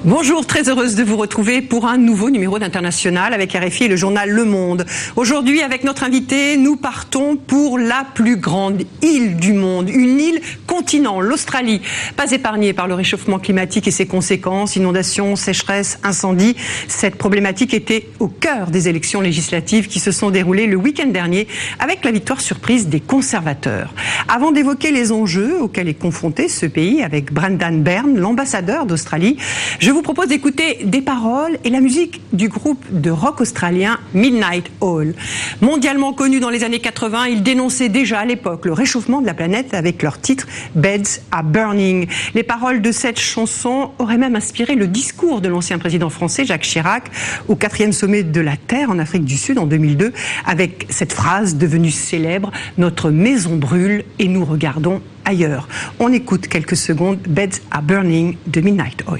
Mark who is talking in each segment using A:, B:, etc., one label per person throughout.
A: Bonjour, très heureuse de vous retrouver pour un nouveau numéro d'International avec RFI et le journal Le Monde. Aujourd'hui, avec notre invité, nous partons pour la plus grande île du monde, une île continent, l'Australie. Pas épargnée par le réchauffement climatique et ses conséquences, inondations, sécheresses, incendies. Cette problématique était au cœur des élections législatives qui se sont déroulées le week-end dernier avec la victoire surprise des conservateurs. Avant d'évoquer les enjeux auxquels est confronté ce pays avec Brendan Byrne, l'ambassadeur d'Australie, je vous propose d'écouter des paroles et la musique du groupe de rock australien Midnight Oil. Mondialement connu dans les années 80, ils dénonçaient déjà à l'époque le réchauffement de la planète avec leur titre Beds Are Burning. Les paroles de cette chanson auraient même inspiré le discours de l'ancien président français Jacques Chirac au 4e sommet de la Terre en Afrique du Sud en 2002 avec cette phrase devenue célèbre « Notre maison brûle et nous regardons ailleurs ». On écoute quelques secondes Beds Are Burning de Midnight Oil.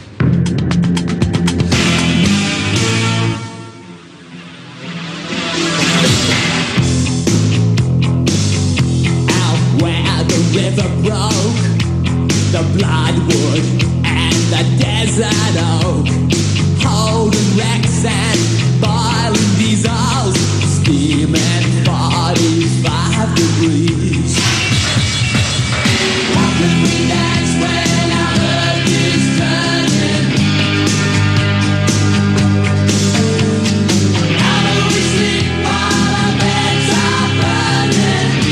B: River broke, the bloodwood and the desert oak, holding wrecks and boiling diesels, steaming 45 degrees. How can we dance when our earth is turning? How do we sleep while our beds are burning?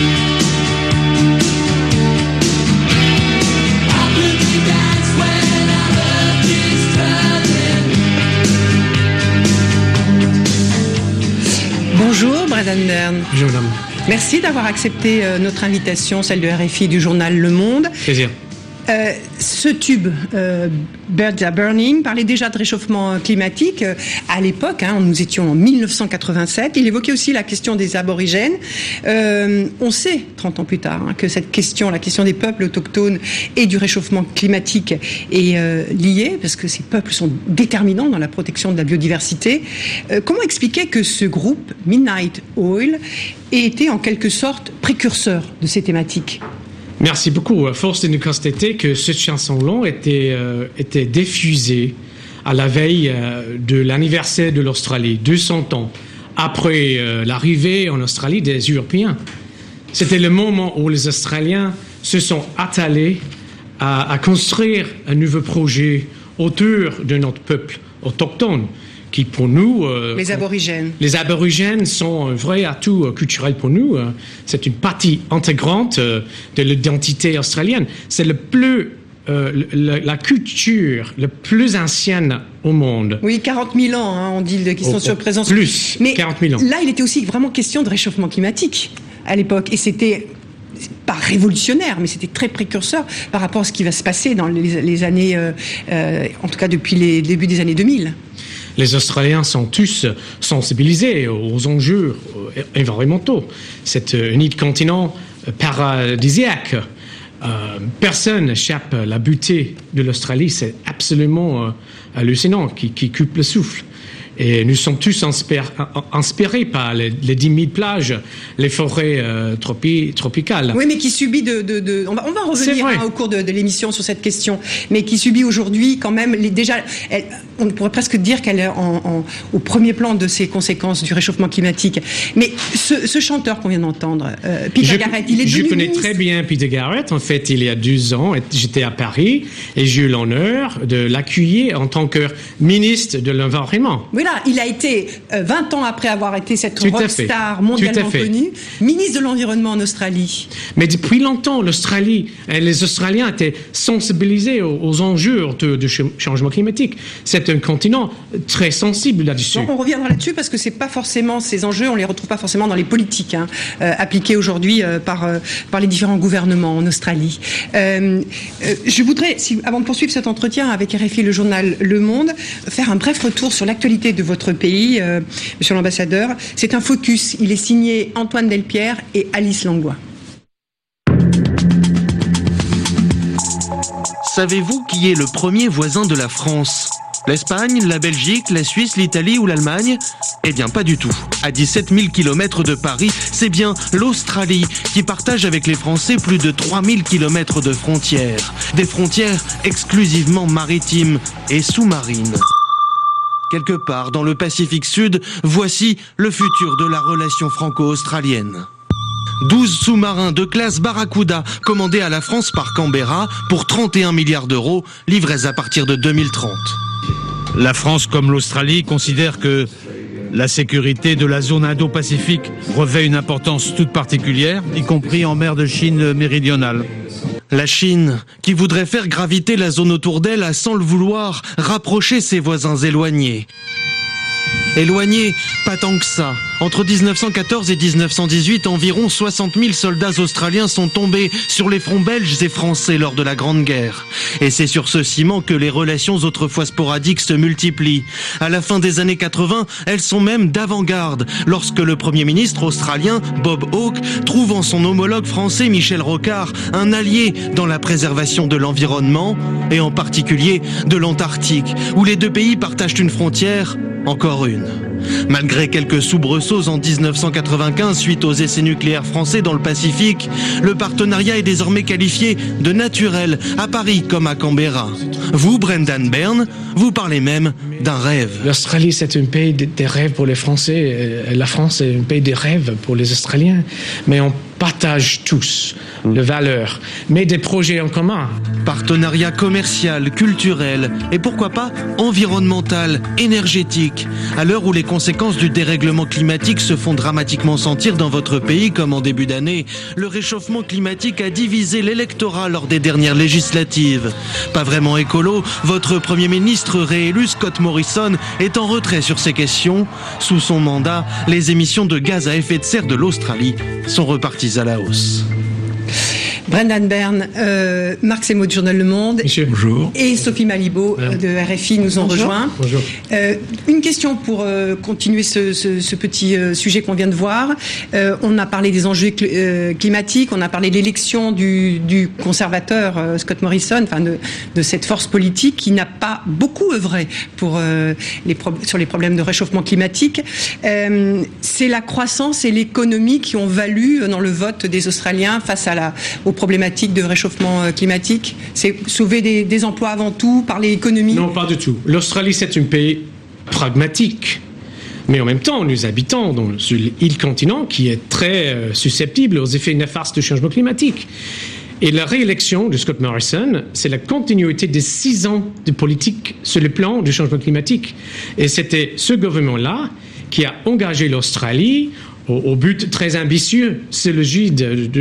A: Bonjour Brendan Byrne.
C: Bonjour madame.
A: Merci d'avoir accepté notre invitation, celle de RFI du journal Le Monde.
C: Plaisir.
A: Ce tube, Beds Are Burning, parlait déjà de réchauffement climatique. À l'époque, nous étions en 1987. Il évoquait aussi la question des aborigènes. On sait, 30 ans plus tard, que cette question, la question des peuples autochtones et du réchauffement climatique est liée, parce que ces peuples sont déterminants dans la protection de la biodiversité. Comment expliquer que ce groupe, Midnight Oil, ait été en quelque sorte précurseur de ces thématiques ?
C: Merci beaucoup. Force de nous constater que cette chanson-là était diffusée à la veille de l'anniversaire de l'Australie, 200 ans après l'arrivée en Australie des Européens. C'était le moment où les Australiens se sont attelés à construire un nouveau projet autour de notre peuple autochtone, qui pour nous...
A: les aborigènes. Les
C: aborigènes sont un vrai atout culturel pour nous. C'est une partie intégrante de l'identité australienne. C'est la culture la plus ancienne au monde.
A: Oui, 40 000 ans, on dit, qui sont sur présence.
C: Plus, mais 40 000 ans.
A: Là, il était aussi vraiment question de réchauffement climatique à l'époque. Et c'était... pas révolutionnaire, mais c'était très précurseur par rapport à ce qui va se passer dans les années, en tout cas depuis les débuts des années 2000.
C: Les Australiens sont tous sensibilisés aux enjeux environnementaux. C'est un île continent paradisiaque. Personne n'échappe à la beauté de l'Australie. C'est absolument hallucinant, qui coupe le souffle. Et nous sommes tous inspirés par les 10 000 plages, les forêts tropicales.
A: Oui, mais qui subit on va revenir au cours de l'émission sur cette question, mais qui subit aujourd'hui quand même on pourrait presque dire qu'elle est au premier plan de ces conséquences du réchauffement climatique. Mais ce chanteur qu'on vient d'entendre, Peter Garrett, il est devenu
C: Je connais
A: ministre.
C: très bien Peter Garrett. En fait, il y a 2 ans, j'étais à Paris et j'ai eu l'honneur de l'accueillir en tant que ministre de l'Environnement.
A: Oui, là, il a été, 20 ans après avoir été cette rockstar mondialement connue, ministre de l'Environnement en Australie.
C: Mais depuis longtemps, l'Australie, les Australiens étaient sensibilisés aux enjeux de changement climatique. C'est un continent très sensible là-dessus.
A: Donc on reviendra là-dessus parce que c'est pas forcément ces enjeux, on les retrouve pas forcément dans les politiques appliquées aujourd'hui par les différents gouvernements en Australie. Je voudrais, avant de poursuivre cet entretien avec RFI, le journal Le Monde, faire un bref retour sur l'actualité de votre pays, monsieur l'ambassadeur. C'est un focus. Il est signé Antoine Delpierre et Alice Langlois.
D: Savez-vous qui est le premier voisin de la France ? L'Espagne, la Belgique, la Suisse, l'Italie ou l'Allemagne? Eh bien, pas du tout. À 17 000 km de Paris, c'est bien l'Australie qui partage avec les Français plus de 3 000 km de frontières. Des frontières exclusivement maritimes et sous-marines. Quelque part dans le Pacifique Sud, voici le futur de la relation franco-australienne. 12 sous-marins de classe Barracuda commandés à la France par Canberra pour 31 milliards d'euros, livrés à partir de 2030.
E: La France, comme l'Australie, considère que la sécurité de la zone Indo-Pacifique revêt une importance toute particulière, y compris en mer de Chine méridionale.
D: La Chine, qui voudrait faire graviter la zone autour d'elle à, sans le vouloir, rapprocher ses voisins éloignés. Éloignés, pas tant que ça. Entre 1914 et 1918, environ 60 000 soldats australiens sont tombés sur les fronts belges et français lors de la Grande Guerre. Et c'est sur ce ciment que les relations autrefois sporadiques se multiplient. À la fin des années 80, elles sont même d'avant-garde, lorsque le Premier ministre australien, Bob Hawke, trouve en son homologue français, Michel Rocard, un allié dans la préservation de l'environnement, et en particulier de l'Antarctique, où les deux pays partagent une frontière, encore une. Malgré quelques soubresauts en 1995 suite aux essais nucléaires français dans le Pacifique, le partenariat est désormais qualifié de naturel à Paris comme à Canberra. Vous, Brendan Byrne, vous parlez même d'un rêve.
C: L'Australie, c'est un pays des rêves pour les Français. La France est un pays des rêves pour les Australiens. Mais on partage tous les valeurs, mais des projets en commun.
D: Partenariat commercial, culturel et pourquoi pas environnemental, énergétique. À l'heure où les conséquences du dérèglement climatique se font dramatiquement sentir dans votre pays comme en début d'année, le réchauffement climatique a divisé l'électorat lors des dernières législatives. Pas vraiment écolo, votre Premier ministre réélu Scott Morrison est en retrait sur ces questions. Sous son mandat, les émissions de gaz à effet de serre de l'Australie sont reparties à la hausse.
A: Brendan Byrne, Marc Semo du journal Le Monde.
C: Monsieur.
F: Bonjour.
A: Et Sophie Malibaud de RFI nous ont rejoints.
C: Bonjour.
A: Une question pour continuer ce petit sujet qu'on vient de voir. On a parlé des enjeux climatiques, on a parlé de l'élection du conservateur Scott Morrison, enfin de cette force politique qui n'a pas beaucoup œuvré pour sur les problèmes de réchauffement climatique. C'est la croissance et l'économie qui ont valu dans le vote des Australiens face aux problématiques de réchauffement climatique. C'est sauver des emplois avant tout, parler économie.
C: Non, pas du tout. L'Australie, c'est un pays pragmatique. Mais en même temps, nous habitons sur l'île continent qui est très susceptible aux effets néfastes du changement climatique. Et la réélection de Scott Morrison, c'est la continuité des 6 ans de politique sur le plan du changement climatique. Et c'était ce gouvernement-là qui a engagé l'Australie au but très ambitieux, c'est le J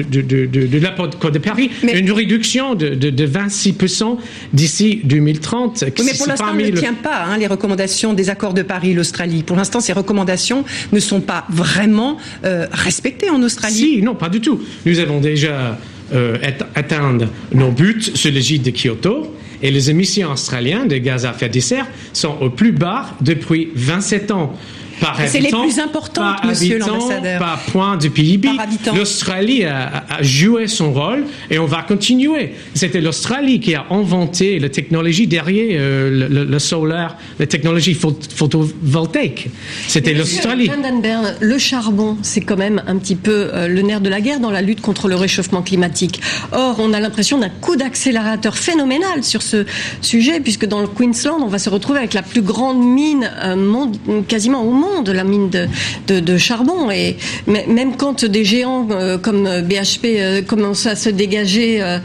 C: de l'accord de Paris, une réduction de 26% d'ici 2030.
A: Oui, mais pour l'instant, ne tient pas les recommandations des accords de Paris, l'Australie. Pour l'instant, ces recommandations ne sont pas vraiment respectées en Australie.
C: Si, non, pas du tout. Nous avons déjà atteint nos buts sur le J de Kyoto. Et les émissions australiennes de gaz à effet de serre sont au plus bas depuis 27 ans.
A: C'est les plus importantes, monsieur l'ambassadeur.
C: Par point de PIB, l'Australie a joué son rôle et on va continuer. C'était l'Australie qui a inventé la technologie derrière le solaire, la technologie photovoltaïque. C'était l'Australie.
G: Brendan Byrne, le charbon, c'est quand même un petit peu le nerf de la guerre dans la lutte contre le réchauffement climatique. Or, on a l'impression d'un coup d'accélérateur phénoménal sur ce sujet, puisque dans le Queensland, on va se retrouver avec la plus grande mine quasiment au monde, de la mine de charbon. Et même quand des géants comme BHP commencent à se dégager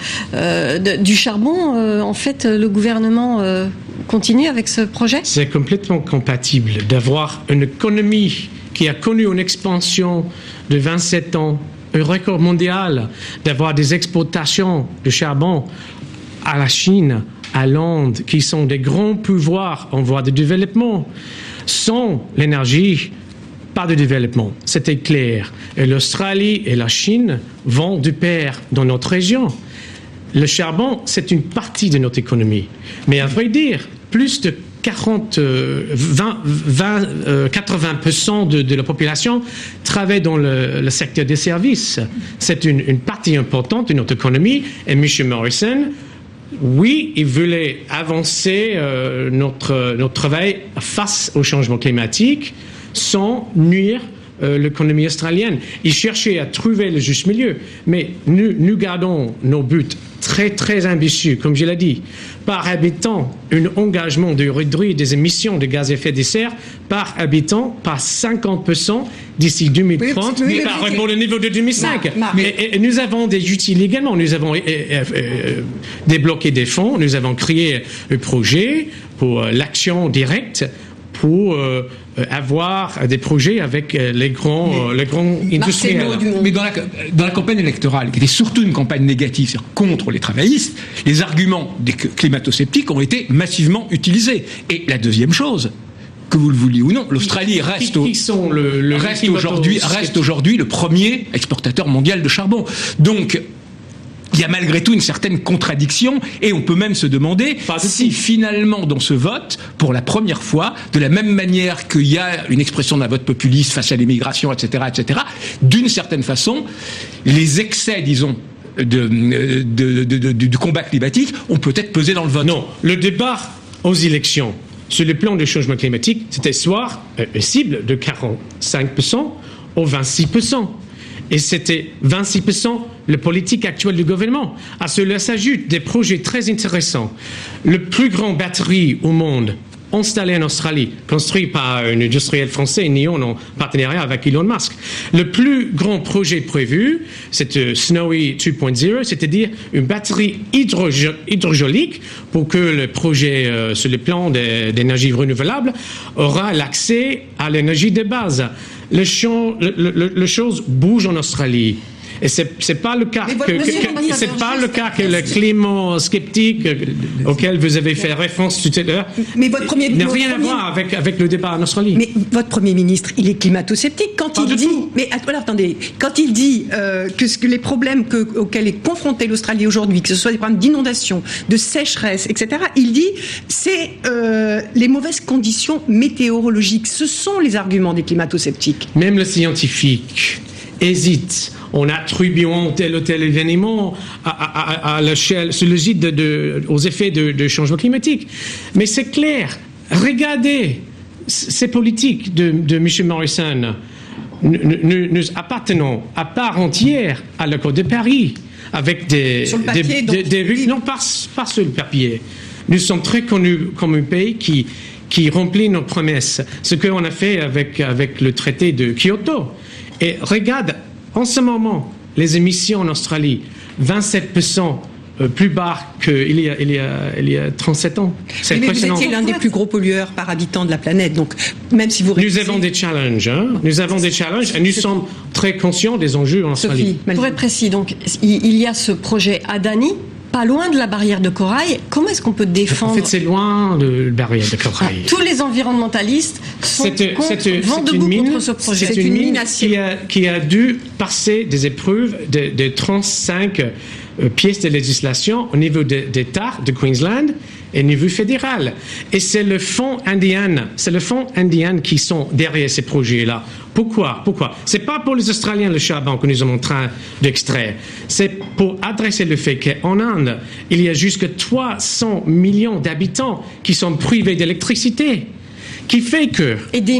G: du charbon, en fait, le gouvernement continue avec ce projet?
C: C'est complètement compatible d'avoir une économie qui a connu une expansion de 27 ans, un record mondial, d'avoir des exportations de charbon à la Chine, à l'Inde, qui sont des grands pouvoirs en voie de développement. Sans l'énergie, pas de développement. C'était clair. Et l'Australie et la Chine vont de pair dans notre région. Le charbon, c'est une partie de notre économie. Mais à vrai dire, plus de 80% de la population travaille dans le secteur des services. C'est une partie importante de notre économie. Et M. Morrison oui, il voulait avancer notre travail face au changement climatique sans nuire l'économie australienne. Il cherchait à trouver le juste milieu, mais nous gardons nos buts très, très ambitieux, comme je l'ai dit. Par habitant, un engagement de réduire des émissions de gaz à effet de serre par habitant par 50% d'ici 2030 par rapport au niveau de 2005. Et nous avons des outils légalement. Nous avons débloqué des fonds. Nous avons créé un projet pour l'action directe pour avoir des projets avec les grands industriels.
F: Mais dans la campagne électorale, qui était surtout une campagne négative, c'est-à-dire contre les travaillistes, les arguments des climato-sceptiques ont été massivement utilisés. Et la deuxième chose, que vous le vouliez ou non, l'Australie reste aujourd'hui le premier exportateur mondial de charbon. Donc, il y a malgré tout une certaine contradiction, et on peut même se demander si finalement dans ce vote, pour la première fois, de la même manière qu'il y a une expression d'un vote populiste face à l'immigration, etc., d'une certaine façon, les excès, disons, du combat climatique ont peut-être pesé dans le vote.
C: Non, le débat aux élections sur le plan du changement climatique, c'était soit une cible de 45% ou 26%. Et c'était 26% la politique actuelle du gouvernement. À cela s'ajoutent des projets très intéressants. Le plus grand batterie au monde, installé en Australie, construit par un industriel français, NEON, en partenariat avec Elon Musk. Le plus grand projet prévu, c'est Snowy 2.0, c'est-à-dire une batterie hydraulique pour que le projet sur le plan d'énergie renouvelable aura l'accès à l'énergie de base. Le chose bouge en Australie. Et c'est pas le cas que le climat sceptique auquel vous avez fait référence tout à l'heure n'a rien à voir avec le débat en Australie.
A: Mais votre Premier ministre, il est climato-sceptique quand il dit... Mais attendez, quand il dit que les problèmes auxquels est confrontée l'Australie aujourd'hui, que ce soit des problèmes d'inondation, de sécheresse, etc., il dit c'est les mauvaises conditions météorologiques. Ce sont les arguments des climato-sceptiques.
C: Même les scientifiques hésitent en attribuant tel ou tel événement à l'échelle, sur le gîte aux effets de changement climatique. Mais c'est clair, regardez ces politiques de M. Morrison. Nous appartenons à part entière à l'accord de Paris, avec
A: sur le papier,
C: non, pas sur le papier. Nous sommes très connus comme un pays qui remplit nos promesses, ce qu'on a fait avec le traité de Kyoto. Et regarde, en ce moment, les émissions en Australie, 27% plus bas qu'il y a 37 ans. C'est impressionnant.
A: Vous étiez l'un des plus gros pollueurs par habitant de la planète, donc même si vous...
C: Nous avons des challenges, Nous avons des challenges et nous sommes très conscients des enjeux en Australie.
G: Pour être précis, donc, il y a ce projet Adani, pas loin de la barrière de corail. Comment est-ce qu'on peut défendre...
C: En fait, c'est loin de la barrière de corail.
G: Tous les environnementalistes vont debout contre ce projet.
C: C'est une mine qui a dû passer des épreuves de 35 pièces de législation au niveau d'État de Queensland et au niveau fédéral. Et c'est le fonds indien qui sont derrière ces projets-là. Pourquoi? C'est pas pour les Australiens le charbon que nous sommes en train d'extraire. C'est pour adresser le fait qu'en Inde, il y a jusqu'à 300 millions d'habitants qui sont privés d'électricité. Qui fait que des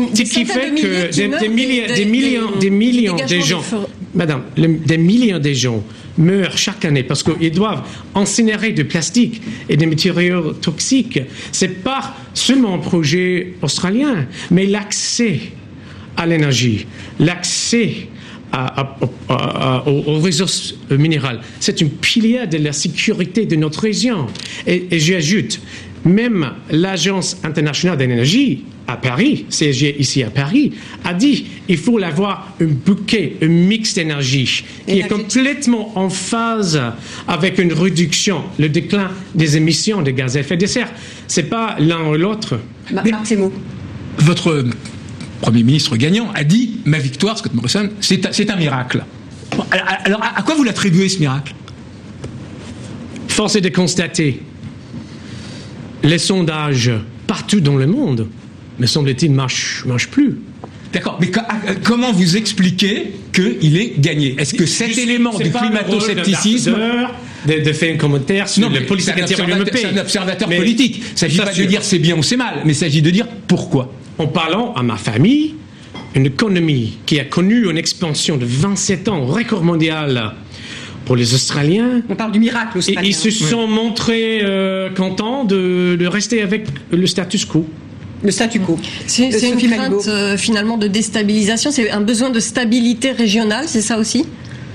C: millions de gens, madame, des millions de gens meurent chaque année parce qu'ils doivent incinérer du plastique et des matériaux toxiques. C'est pas seulement un projet australien, mais l'accès à l'énergie, l'accès aux ressources minérales, c'est un pilier de la sécurité de notre région. Et j'ajoute, même l'Agence internationale de l'énergie à Paris, CSG ici à Paris, a dit il faut avoir un bouquet, un mix d'énergie qui est complètement en phase avec une réduction, le déclin des émissions de gaz à effet de serre. C'est pas l'un ou l'autre.
F: Votre Premier ministre gagnant a dit ma victoire, Scott Morrison, c'est un miracle. Bon, alors à quoi vous l'attribuez ce miracle?
C: Force est de constater les sondages partout dans le monde, me semble-t-il, marchent plus.
F: D'accord, mais comment vous expliquez qu'il est gagné? Est-ce que cet élément du climato-scepticisme...
C: de faire un commentaire sur la politique intérieure de notre pays.
F: C'est un observateur
C: Mais
F: politique. Il ne s'agit pas de dire c'est bien ou c'est mal, mais il s'agit de dire pourquoi.
C: En parlant à ma famille, une économie qui a connu une expansion de 27 ans, record mondial pour les Australiens.
A: On parle du miracle australien.
C: Ils se sont montrés contents de rester avec le status quo.
A: Le statu quo.
G: C'est une
A: Sophie Malibaud.
G: crainte finalement de déstabilisation, c'est un besoin de stabilité régionale, c'est ça aussi?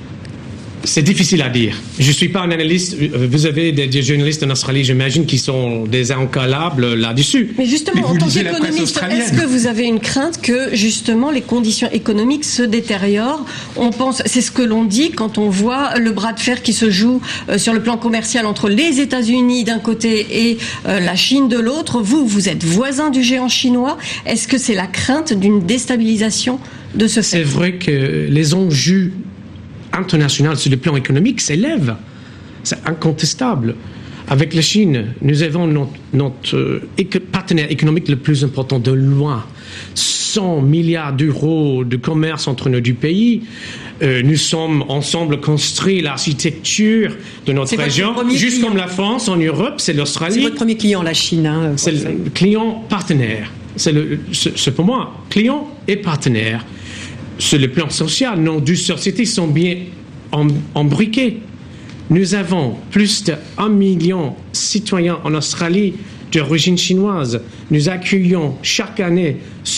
C: C'est difficile à dire. Je ne suis pas un analyste. Vous avez des journalistes en Australie, j'imagine, qui sont des incalables là-dessus.
G: Mais justement,
F: Mais vous
G: en tant
F: lisez la presse
G: qu'économiste,
F: australienne.
G: est-ce que vous avez une crainte que justement les conditions économiques se détériorent? On pense, c'est ce que l'on dit quand on voit le bras de fer qui se joue sur le plan commercial entre les États-Unis d'un côté et la Chine de l'autre. Vous êtes voisin du géant chinois. Est-ce que c'est la crainte d'une déstabilisation de ce
C: C'est
G: fait?
C: vrai que les enjeux internationaux sur le plan économique s'élèvent. C'est incontestable. Avec la Chine, nous avons notre partenaire économique le plus important de loin. 100 milliards d'euros de commerce entre nos deux pays. Nous sommes ensemble construit l'architecture de notre
A: C'est votre
C: région.
A: premier
C: Juste
A: client.
C: comme la France, en Europe, c'est l'Australie.
A: C'est votre premier client, la Chine. Hein,
C: C'est le client partenaire. C'est pour moi, client et partenaire. Sur le plan social, nos deux sociétés sont bien embriquées. Nous avons plus de 1 million de citoyens en Australie d'origine chinoise. Nous accueillons chaque année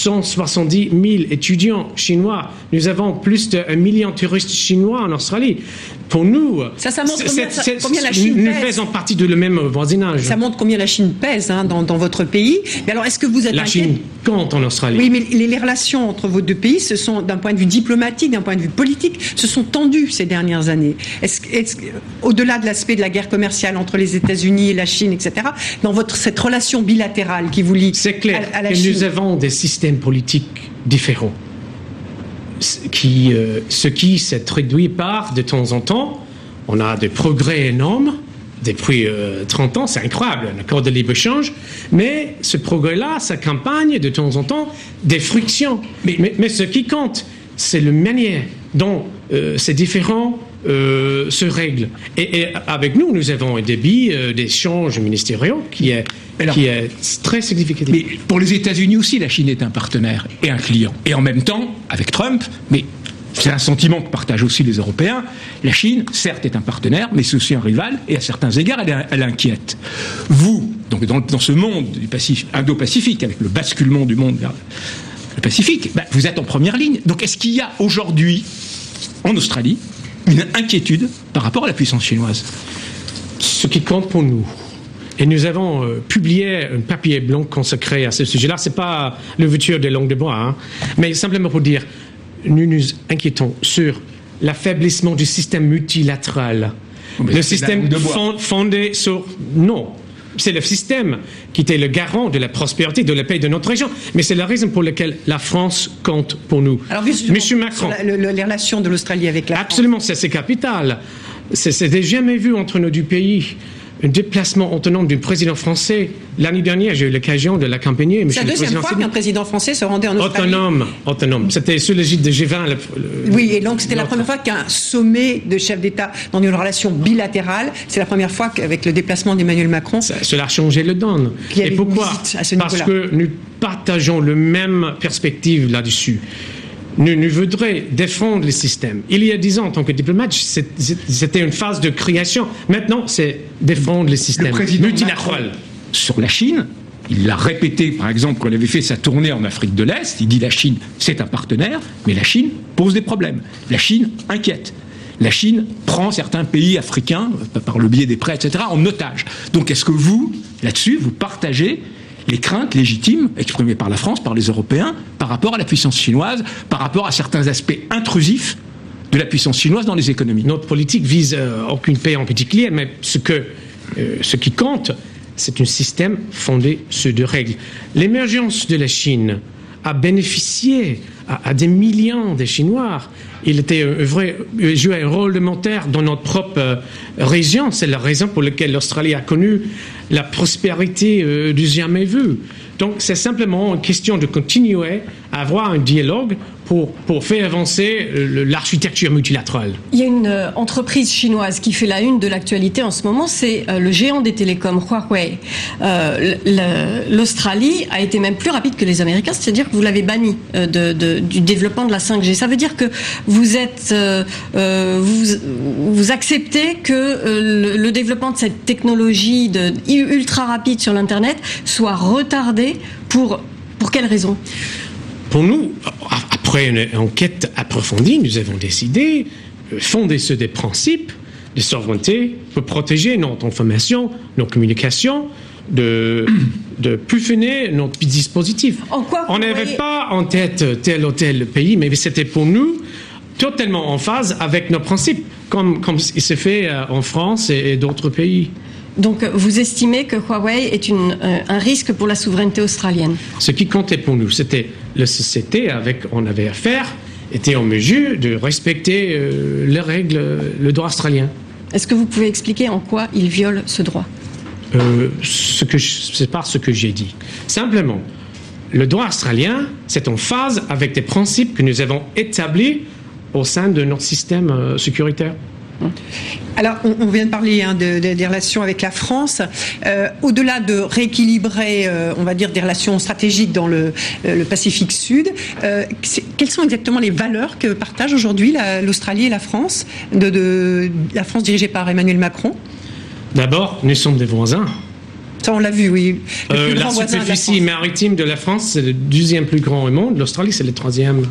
C: 170 000 étudiants chinois. Nous avons plus de 1 million de touristes chinois en Australie. Pour nous,
A: Ça montre combien la Chine
C: nous
A: pèse.
C: faisons partie de le même voisinage.
A: Ça montre combien la Chine pèse dans votre pays. Mais alors, est-ce que vous êtes
C: La
A: inquiet?
C: Chine compte en Australie.
A: Oui, mais les relations entre vos deux pays, ce sont, d'un point de vue diplomatique, d'un point de vue politique, se sont tendues ces dernières années. Au-delà de l'aspect de la guerre commerciale entre les États-Unis et la Chine, etc., dans cette relation bilatérale qui vous lie
C: C'est clair
A: à la
C: que
A: Chine,
C: nous avons des systèmes politiques différents. Ce qui se traduit par, de temps en temps, on a des progrès énormes. Depuis 30 ans, c'est incroyable, un accord de libre-échange. Mais ce progrès-là s'accompagne de temps en temps des frictions. Mais ce qui compte, c'est la manière dont ces différents se règlent. Et avec nous, nous avons un débit d'échanges ministériels qui est très significatif.
F: Mais pour les États-Unis aussi, la Chine est un partenaire et un client. Et en même temps, avec Trump, mais c'est un sentiment que partagent aussi les Européens, la Chine, certes, est un partenaire, mais c'est aussi un rival, et à certains égards, elle inquiète. Vous, donc dans ce monde du Indo-Pacifique, avec le basculement du monde vers le Pacifique, vous êtes en première ligne. Donc est-ce qu'il y a aujourd'hui, en Australie, une inquiétude par rapport à la puissance chinoise?
C: Ce qui compte pour nous, et nous avons publié un papier blanc consacré à ce sujet-là, c'est pas l'ouverture des langues de bois, hein, mais simplement pour dire, nous nous inquiétons sur l'affaiblissement du système multilatéral.
F: Mais
C: Le
F: c'est
C: système
F: la langue de bois.
C: fondé sur... Non, c'est le système qui était le garant de la prospérité, de la paix de notre région. Mais c'est la raison pour laquelle la France compte pour nous.
A: Alors, justement,
C: Monsieur Macron...
A: sur les relations de l'Australie avec la France.
C: Absolument, c'est capital. C'est jamais vu entre nos deux pays un déplacement autonome du président français. L'année dernière, j'ai eu l'occasion de l'accompagner.
A: C'est la deuxième fois qu'un président français se rendait en Australie.
C: Autonome. C'était sous l'égide de G20.
A: Oui, et donc c'était la première fois qu'un sommet de chefs d'État dans une relation bilatérale, c'est la première fois qu'avec le déplacement d'Emmanuel Macron...
C: Cela a changé le donne.
A: Qu'il y avait
C: Et pourquoi?
A: une visite à ce
C: Parce
A: niveau-là.
C: que nous partageons la même perspective là-dessus. Nous voudrions défendre le système. Il y a 10 ans, en tant que diplomate, c'était une phase de création. Maintenant, c'est défendre le système
F: Le président
C: multilatéral.
F: Macron, sur la Chine, il l'a répété, par exemple, quand il avait fait sa tournée en Afrique de l'Est, il dit la Chine, c'est un partenaire, mais la Chine pose des problèmes. La Chine inquiète. La Chine prend certains pays africains, par le biais des prêts, etc., en otage. Donc est-ce que vous, là-dessus, vous partagez les craintes légitimes exprimées par la France, par les Européens, par rapport à la puissance chinoise, par rapport à certains aspects intrusifs de la puissance chinoise dans les économies?
C: Notre politique vise aucune paix en particulier, mais ce qui compte, c'est un système fondé sur des règles. L'émergence de la Chine a bénéficié à des millions de Chinois. Il jouait un rôle élémentaire dans notre propre région. C'est la raison pour laquelle l'Australie a connu la prospérité du jamais vu. Donc c'est simplement une question de continuer avoir un dialogue pour faire avancer l'architecture multilatérale.
G: Il y a une entreprise chinoise qui fait la une de l'actualité en ce moment, c'est le géant des télécoms, Huawei. L'Australie a été même plus rapide que les Américains, c'est-à-dire que vous l'avez banni du développement de la 5G. Ça veut dire que vous êtes, vous acceptez que le développement de cette technologie ultra rapide sur l'Internet soit retardé pour quelles raisons ?
C: Pour nous, après une enquête approfondie, nous avons décidé de fonder sur des principes de souveraineté pour protéger notre information, nos communications, de peaufiner notre dispositif. On n'avait pas en tête tel ou tel pays, mais c'était pour nous totalement en phase avec nos principes, comme il se fait en France et d'autres pays.
G: Donc, vous estimez que Huawei est un risque pour la souveraineté australienne ?
C: Ce qui comptait pour nous, c'était la société avec on avait affaire était en mesure de respecter les règles, le droit australien.
G: Est-ce que vous pouvez expliquer en quoi il viole ce droit ?
C: C'est pas ce que j'ai dit. Simplement, le droit australien, c'est en phase avec des principes que nous avons établis au sein de notre système sécuritaire.
A: Alors, on vient de parler des relations avec la France. Au-delà de rééquilibrer, on va dire, des relations stratégiques dans le Pacifique Sud, quelles sont exactement les valeurs que partagent aujourd'hui l'Australie et la France, la France dirigée par Emmanuel Macron ?
C: D'abord, nous sommes des voisins.
A: Ça, on l'a vu, oui.
C: La superficie maritime de la France, c'est le 2e plus grand au monde. L'Australie, c'est le 3e.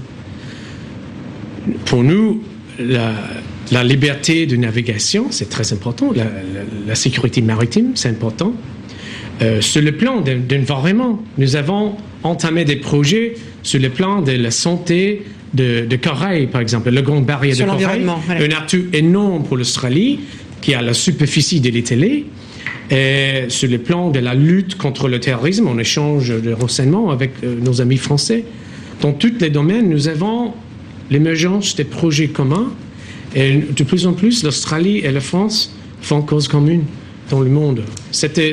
C: Pour nous, la liberté de navigation, c'est très important. La sécurité maritime, c'est important. Sur le plan d'environnement, nous avons entamé des projets sur le plan de la santé de corail, par exemple. La grande barrière de corail, voilà. Un atout énorme pour l'Australie, qui a la superficie de l'Italie. Et sur le plan de la lutte contre le terrorisme, on échange de renseignements avec nos amis français. Dans tous les domaines, nous avons l'émergence des projets communs. Et de plus en plus, l'Australie et la France font cause commune dans le monde. C'était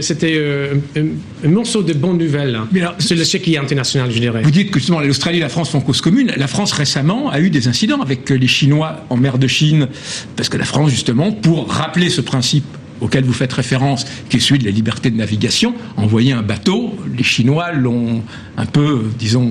C: un morceau de bonnes nouvelles sur le chéquier international, je dirais.
F: Vous dites que justement l'Australie et la France font cause commune. La France récemment a eu des incidents avec les Chinois en mer de Chine, parce que la France, justement, pour rappeler ce principe auquel vous faites référence, qui est celui de la liberté de navigation, a envoyé un bateau. Les Chinois l'ont un peu, disons,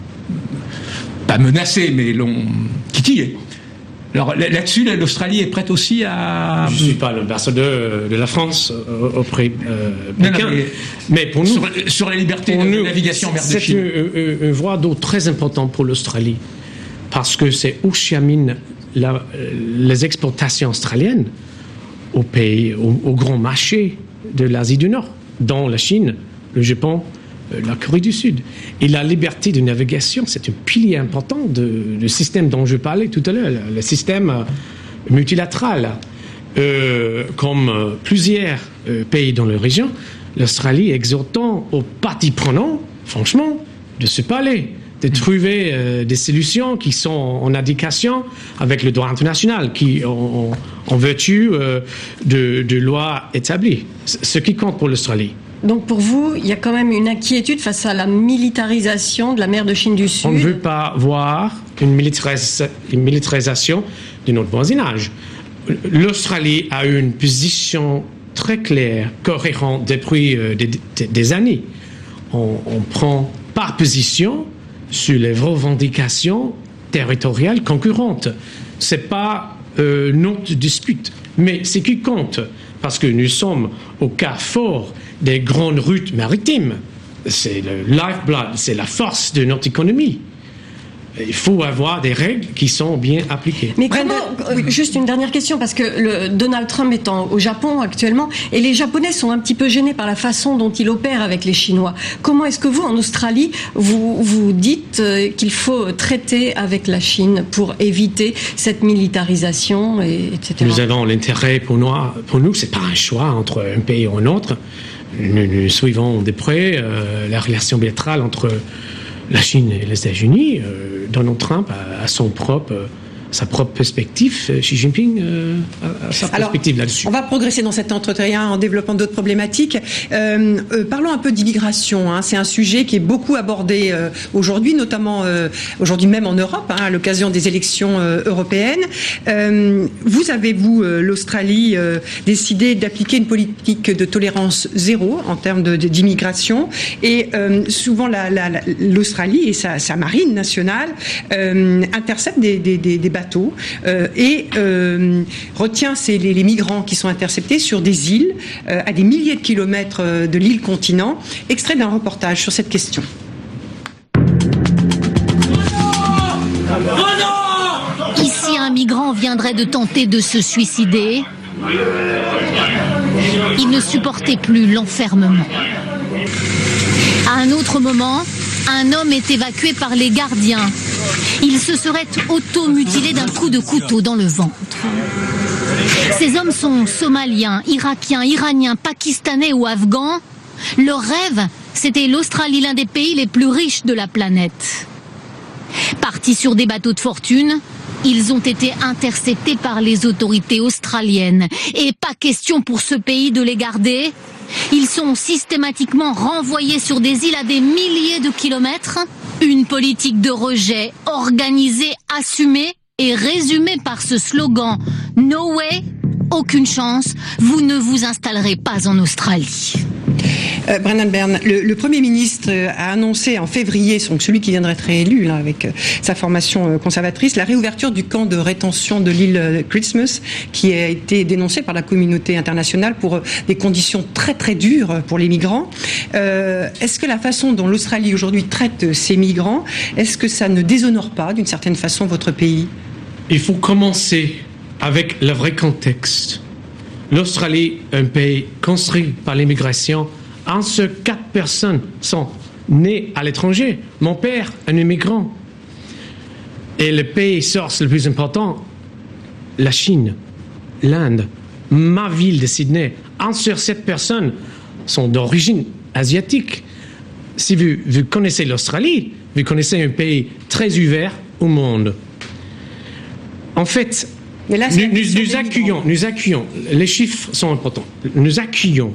F: pas menacé, mais l'ont titillé. Alors là-dessus, l'Australie est prête aussi à...
C: Je ne suis pas l'ambassadeur de la France auprès de Pékin. Mais pour nous...
F: Sur la liberté de navigation en mer de Chine.
C: C'est une voie d'eau très importante pour l'Australie. Parce que c'est où cheminent les exportations australiennes au pays, au grand marché de l'Asie du Nord, dont la Chine, le Japon, la Corée du Sud. Et la liberté de navigation, c'est un pilier important du système dont je parlais tout à l'heure, le système multilatéral. Comme plusieurs pays dans la région, l'Australie exhortant aux parties prenantes, franchement, de se parler, de trouver des solutions qui sont en adéquation avec le droit international, qui en vertu de lois établies. Ce qui compte pour l'Australie.
G: Donc pour vous, il y a quand même une inquiétude face à la militarisation de la mer de Chine du Sud.
C: On ne veut pas voir une militarisation de notre voisinage. L'Australie a une position très claire, cohérente depuis des années. On prend par position sur les revendications territoriales concurrentes. C'est pas notre dispute, mais ce qui compte, parce que nous sommes au carrefour des grandes routes maritimes. C'est le lifeblood, c'est la force de notre économie. Il faut avoir des règles qui sont bien appliquées.
G: Mais comment, juste une dernière question, parce que Donald Trump est au Japon actuellement, et les Japonais sont un petit peu gênés par la façon dont il opère avec les Chinois. Comment est-ce que vous, en Australie, vous dites qu'il faut traiter avec la Chine pour éviter cette militarisation, etc.
C: Nous avons l'intérêt pour nous, c'est pas un choix entre un pays ou un autre. Nous suivons de près la relation bilatérale entre la Chine et les États-Unis. Donald Trump a son propre sa propre perspective. Xi Jinping a sa perspective là-dessus.
A: On va progresser dans cet entretien en développant d'autres problématiques. Parlons un peu d'immigration. C'est un sujet qui est beaucoup abordé aujourd'hui, notamment aujourd'hui même en Europe, à l'occasion des élections européennes. Vous avez, l'Australie, décidé d'appliquer une politique de tolérance zéro en termes d'immigration. Et souvent, l'Australie et sa marine nationale interceptent des bateaux et retient les migrants qui sont interceptés sur des îles à des milliers de kilomètres de l'île continent. Extrait d'un reportage sur cette question.
H: Ici, un migrant viendrait de tenter de se suicider. Il ne supportait plus l'enfermement. À un autre moment, un homme est évacué par les gardiens. Il se serait auto-mutilé d'un coup de couteau dans le ventre. Ces hommes sont somaliens, irakiens, iraniens, pakistanais ou afghans. Leur rêve, c'était l'Australie, l'un des pays les plus riches de la planète. Partis sur des bateaux de fortune, ils ont été interceptés par les autorités australiennes. Et pas question pour ce pays de les garder. Ils sont systématiquement renvoyés sur des îles à des milliers de kilomètres. Une politique de rejet organisée, assumée et résumée par ce slogan « No way, aucune chance, vous ne vous installerez pas en Australie ».
A: Brendan Byrne, le Premier ministre a annoncé en février, donc celui qui vient d'être réélu là, avec sa formation conservatrice, la réouverture du camp de rétention de l'île Christmas, qui a été dénoncé par la communauté internationale pour des conditions très très dures pour les migrants. Est-ce que la façon dont l'Australie aujourd'hui traite ces migrants, est-ce que ça ne déshonore pas d'une certaine façon votre pays ?
C: Il faut commencer avec le vrai contexte. L'Australie, un pays construit par l'immigration. 1 sur 4 personnes sont nées à l'étranger. Mon père, un immigrant. Et le pays source le plus important, la Chine, l'Inde, ma ville de Sydney. 1 sur 7 personnes sont d'origine asiatique. Si vous connaissez l'Australie, vous connaissez un pays très ouvert au monde. En fait, là, nous accueillons, les chiffres sont importants, nous accueillons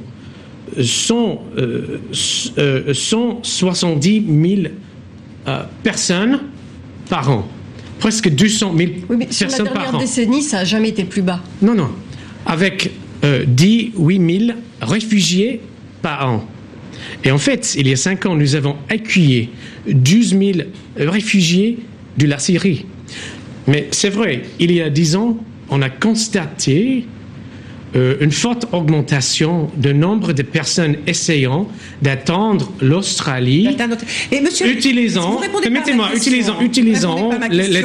C: 170 000 personnes par an. Presque 200 000 personnes par an.
G: Sur la dernière décennie, ça n'a jamais été plus bas.
C: Non. Avec 18 000 réfugiés par an. Et en fait, il y a 5 ans, nous avons accueilli 12 000 réfugiés de la Syrie. Mais c'est vrai, il y a 10 ans, on a constaté une forte augmentation du nombre de personnes essayant d'atteindre l'Australie, utilisant les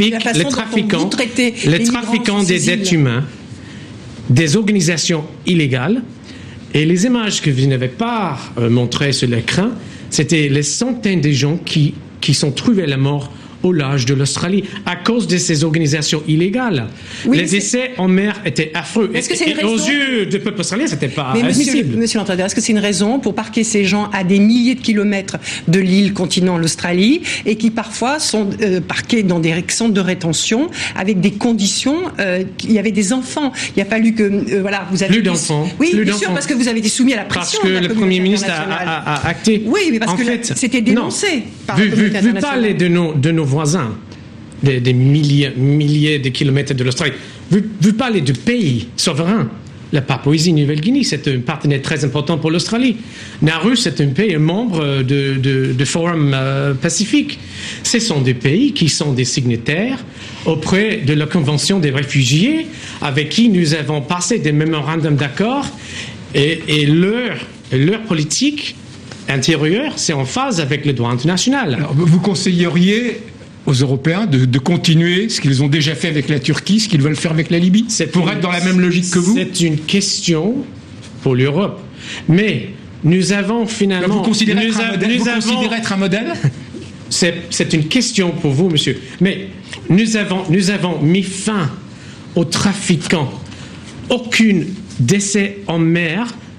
C: trafiquants des êtres humains, des organisations illégales. Et les images que vous n'avez pas montrées sur l'écran, c'était les centaines de gens qui sont trouvés à la mort au large de l'Australie à cause de ces organisations illégales. Les décès en mer étaient affreux.
A: Est-ce que c'est une raison...
C: Aux yeux du peuple australien, c'était pas
A: admissible. Monsieur Lantrader, est-ce que c'est une raison pour parquer ces gens à des milliers de kilomètres de l'île continent, l'Australie, et qui parfois sont parqués dans des centres de rétention avec des conditions... il y avait des enfants. Il a fallu que... vous avez
C: plus d'enfants.
A: Oui, bien sûr, parce que vous avez été soumis à la pression.
C: Parce que le Premier ministre a acté.
A: Oui, mais parce que c'était dénoncé par la communauté internationale.
C: Vous parlez de nos voisins, des milliers de kilomètres de l'Australie. Vous parlez de pays souverains. La Papouasie-Nouvelle-Guinée, c'est un partenaire très important pour l'Australie. Nauru, c'est un pays, un membre de Forum Pacifique. Ce sont des pays qui sont des signataires auprès de la Convention des réfugiés, avec qui nous avons passé des mémorandums d'accord, et leur politique intérieure, c'est en phase avec le droit international.
F: Alors, vous conseilleriez aux Européens de continuer ce qu'ils ont déjà fait avec la Turquie, ce qu'ils veulent faire avec la Libye, pour être dans la même logique que vous?
C: C'est une question pour l'Europe. Mais nous avons finalement...
F: Vous considérez être un modèle?
C: C'est une question pour vous, monsieur. Mais nous avons mis fin aux trafiquants. Aucun décès en mer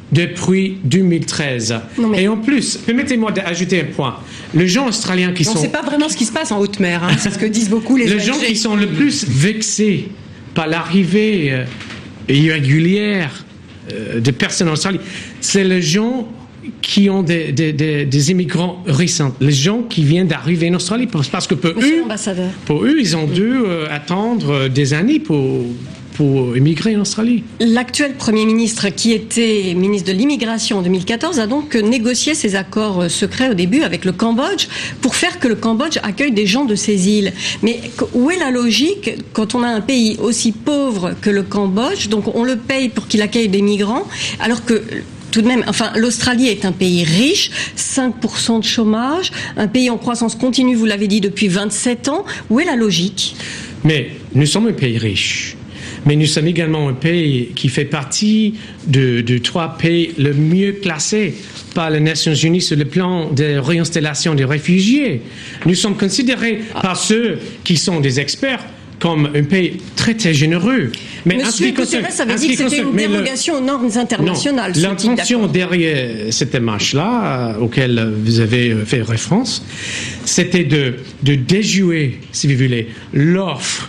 C: depuis 2013. Et en plus, permettez-moi d'ajouter un point. Les gens australiens qui
A: On ne
C: sont...
A: sait pas vraiment ce qui se passe en haute mer, hein. C'est ce que disent beaucoup les
C: gens
A: ONG.
C: qui sont le plus vexés par l'arrivée irrégulière de personnes en Australie, c'est les gens qui ont des immigrants récents, les gens qui viennent d'arriver en Australie, parce que pour eux, ils ont dû attendre des années pour immigrer en Australie.
G: L'actuel Premier ministre, qui était ministre de l'immigration en 2014, a donc négocié ces accords secrets au début avec le Cambodge pour faire que le Cambodge accueille des gens de ces îles. Mais où est la logique quand on a un pays aussi pauvre que le Cambodge, donc on le paye pour qu'il accueille des migrants, alors que tout de même, enfin, l'Australie est un pays riche, 5% de chômage, un pays en croissance continue, vous l'avez dit, depuis 27 ans. Où est la logique ?
C: Mais nous sommes un pays riche. Mais nous sommes également un pays qui fait partie de 3 pays le mieux classés par les Nations Unies sur le plan de réinstallation des réfugiés. Nous sommes considérés par ceux qui sont des experts comme un pays très très généreux. Mais
G: Monsieur Guterres avait dit que c'était une dérogation aux normes internationales.
C: Non, l'intention derrière cette démarche-là, auquel vous avez fait référence, c'était de déjouer, si vous voulez, l'offre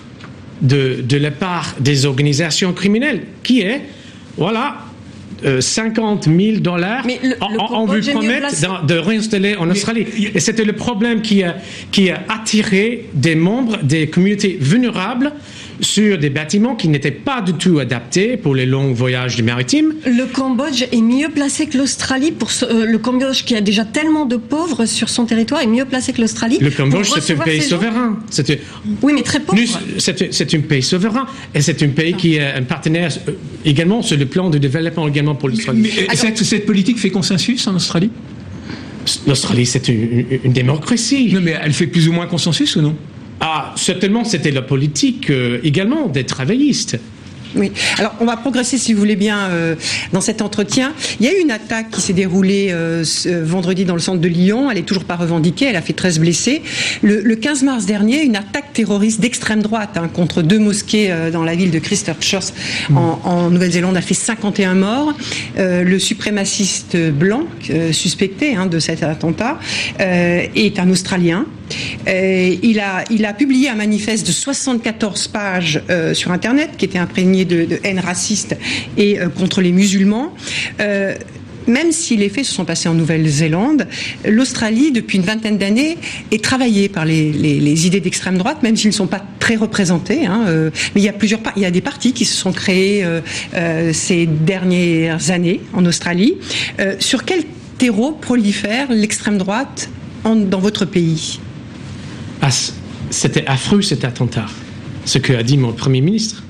C: de la part des organisations criminelles, qui est, voilà, $50 000 on veut promettre de réinstaller en Australie. Et c'était le problème qui a attiré des membres des communautés vulnérables sur des bâtiments qui n'étaient pas du tout adaptés pour les longs voyages maritimes.
G: Le Cambodge est mieux placé que l'Australie le Cambodge, qui a déjà tellement de pauvres sur son territoire, est mieux placé que l'Australie.
C: Le Cambodge, c'est un pays souverain.
G: Oui, mais très pauvre.
C: C'est un pays souverain et c'est un pays qui est un partenaire également sur le plan de développement également pour l'Australie.
F: Mais cette politique fait consensus en Australie ?
C: L'Australie, c'est une démocratie.
F: Non, mais elle fait plus ou moins consensus ou non ?
C: Ah, certainement, c'était la politique également des travaillistes.
A: Oui. Alors, on va progresser, si vous voulez bien, dans cet entretien. Il y a eu une attaque qui s'est déroulée vendredi dans le centre de Lyon. Elle n'est toujours pas revendiquée. Elle a fait 13 blessés. Le 15 mars dernier, une attaque terroriste d'extrême droite contre 2 mosquées dans la ville de Christchurch en Nouvelle-Zélande a fait 51 morts. Le suprémaciste blanc suspecté de cet attentat est un Australien. Il a publié un manifeste de 74 pages sur Internet qui était imprégné de haine raciste et contre les musulmans. Même si les faits se sont passés en Nouvelle-Zélande, l'Australie, depuis une vingtaine d'années, est travaillée par les idées d'extrême droite, même s'ils ne sont pas très représentés. Mais il y a des partis qui se sont créés ces dernières années en Australie. Sur quel terreau prolifère l'extrême droite dans votre pays ?
C: C'était affreux cet attentat, ce qu'a dit mon Premier ministre.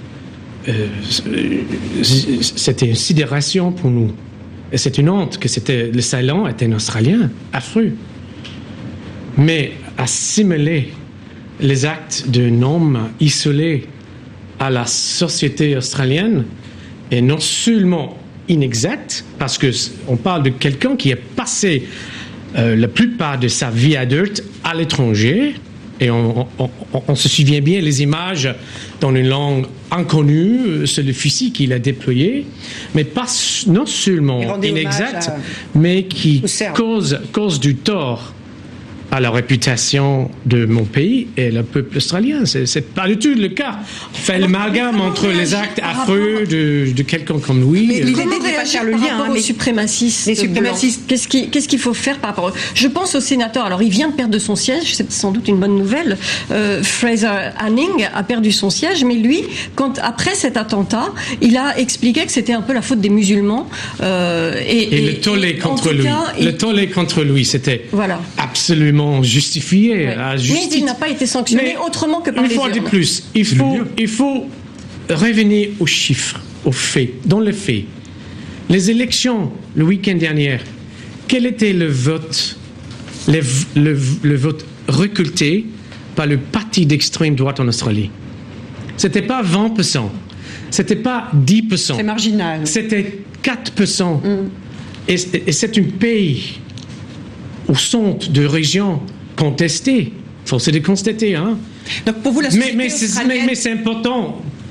C: C'était une sidération pour nous. Et c'est une honte que le Ceylan était un Australien, affreux. Mais assimiler les actes d'un homme isolé à la société australienne est non seulement inexact, parce qu'on parle de quelqu'un qui a passé la plupart de sa vie adulte à l'étranger, et on se souvient bien les images dans une langue inconnue, c'est le fusil qu'il a déployé, mais pas non seulement inexact, mais qui cause du tort à la réputation de mon pays et le peuple australien. C'est pas du tout le cas. On fait l'amalgame entre les actes affreux de quelqu'un comme lui.
G: Mais l'idée n'est pas faire le lien aux suprémacistes. Les suprémacistes. Qu'est-ce qu'il faut faire par rapport à eux ? Je pense au sénateur. Alors, il vient de perdre son siège. C'est sans doute une bonne nouvelle. Fraser Anning a perdu son siège, mais lui, après cet attentat, il a expliqué que c'était un peu la faute des musulmans.
C: Et le tollé contre lui, c'était absolument justifié.
G: Mais il n'a pas été sanctionné autrement que par les urnes.
C: Une fois de plus, il faut revenir aux chiffres, aux faits. Dans les faits, les élections le week-end dernier, quel était le vote, le vote reculté par le parti d'extrême droite en Australie? C'était pas 20%, c'était pas 10%.
A: C'est marginal.
C: C'était 4%. Et c'est un pays au centre de régions contestées. Force est de constater,
A: Donc pour vous, la
C: mais c'est important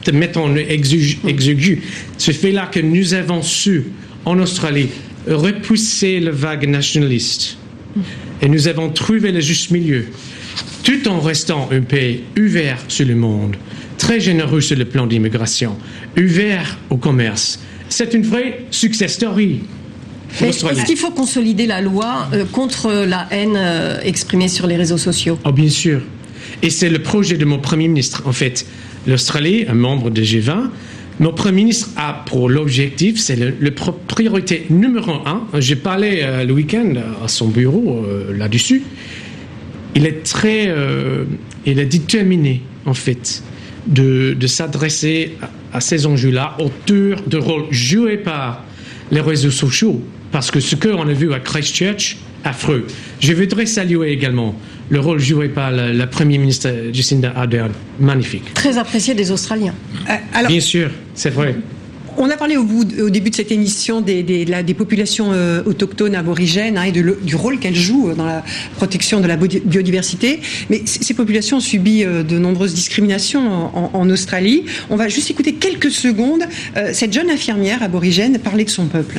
C: de mettre en exécution ce fait-là que nous avons su, en Australie, repousser la vague nationaliste. Et nous avons trouvé le juste milieu, tout en restant un pays ouvert sur le monde, très généreux sur le plan d'immigration, ouvert au commerce. C'est une vraie success story.
G: Est-ce qu'il faut consolider la loi contre la haine exprimée sur les réseaux sociaux?
C: Oh, bien sûr. Et c'est le projet de mon Premier ministre. En fait, l'Australie, un membre de G20, mon Premier ministre a pour l'objectif, c'est la priorité numéro 1. J'ai parlé le week-end à son bureau là-dessus. Il est déterminé, en fait, de s'adresser à ces enjeux-là autour de rôle joué par les réseaux sociaux. Parce que ce qu'on a vu à Christchurch, affreux. Je voudrais saluer également le rôle joué par la Première ministre Jacinda Ardern. Magnifique.
G: Très apprécié des Australiens.
A: Alors,
C: bien sûr, c'est vrai.
A: On a parlé au début de cette émission des populations autochtones aborigènes et du rôle qu'elles jouent dans la protection de la biodiversité. Mais ces populations ont subi de nombreuses discriminations en Australie. On va juste écouter quelques secondes cette jeune infirmière aborigène parler de son peuple.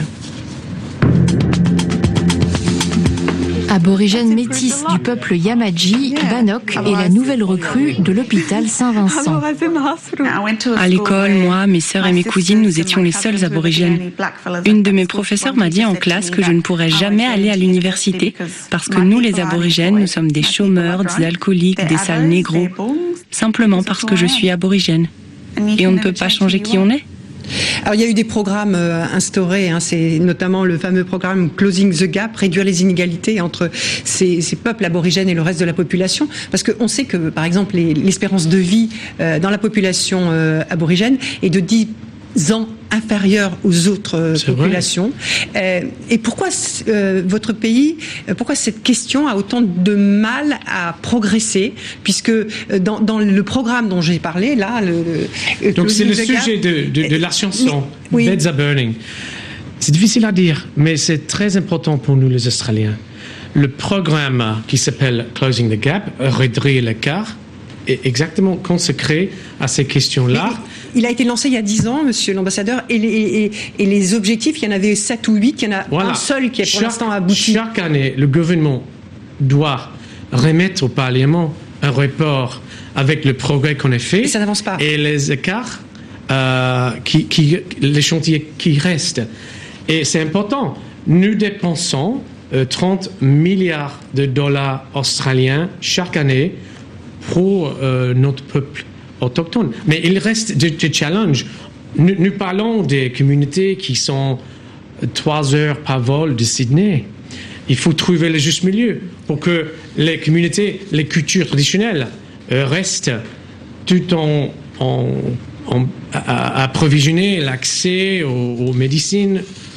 I: Aborigène métisse du peuple Yamadji, Bannock est la nouvelle recrue de l'hôpital Saint-Vincent.
J: À l'école, moi, mes sœurs et mes cousines, nous étions les seuls aborigènes. Une de mes professeurs m'a dit en classe que je ne pourrais jamais aller à l'université parce que nous, les aborigènes, nous sommes des chômeurs, des alcooliques, des sales négros, simplement parce que je suis aborigène. Et on ne peut pas changer qui on est.
A: Alors, il y a eu des programmes instaurés, c'est notamment le fameux programme Closing the Gap, réduire les inégalités entre ces peuples aborigènes et le reste de la population, parce qu'on sait que, par exemple, l'espérance de vie dans la population aborigène est de 10 ans inférieurs aux autres populations. Et pourquoi votre pays, pourquoi cette question a autant de mal à progresser, puisque dans le programme dont j'ai parlé, là...
C: Donc c'est le sujet de la chanson,
A: oui.
C: Beds are Burning. C'est difficile à dire, mais c'est très important pour nous les Australiens. Le programme qui s'appelle Closing the Gap, réduire l'écart, est exactement consacré à ces questions-là.
A: Il a été lancé il y a 10 ans, monsieur l'ambassadeur, et les objectifs, il y en avait 7 ou 8, il y en a un seul qui est pour l'instant abouti.
C: Chaque année, le gouvernement doit remettre au Parlement un rapport avec le progrès qu'on a fait.
A: Et ça n'avance pas.
C: Et les écarts, les chantiers qui restent. Et c'est important. Nous dépensons 30 milliards de dollars australiens chaque année pour notre peuple autochtone. Mais il reste des challenges. Nous parlons des communautés qui sont 3 heures par vol de Sydney. Il faut trouver le juste milieu pour que les communautés, les cultures traditionnelles restent tout en approvisionner l'accès aux médecines.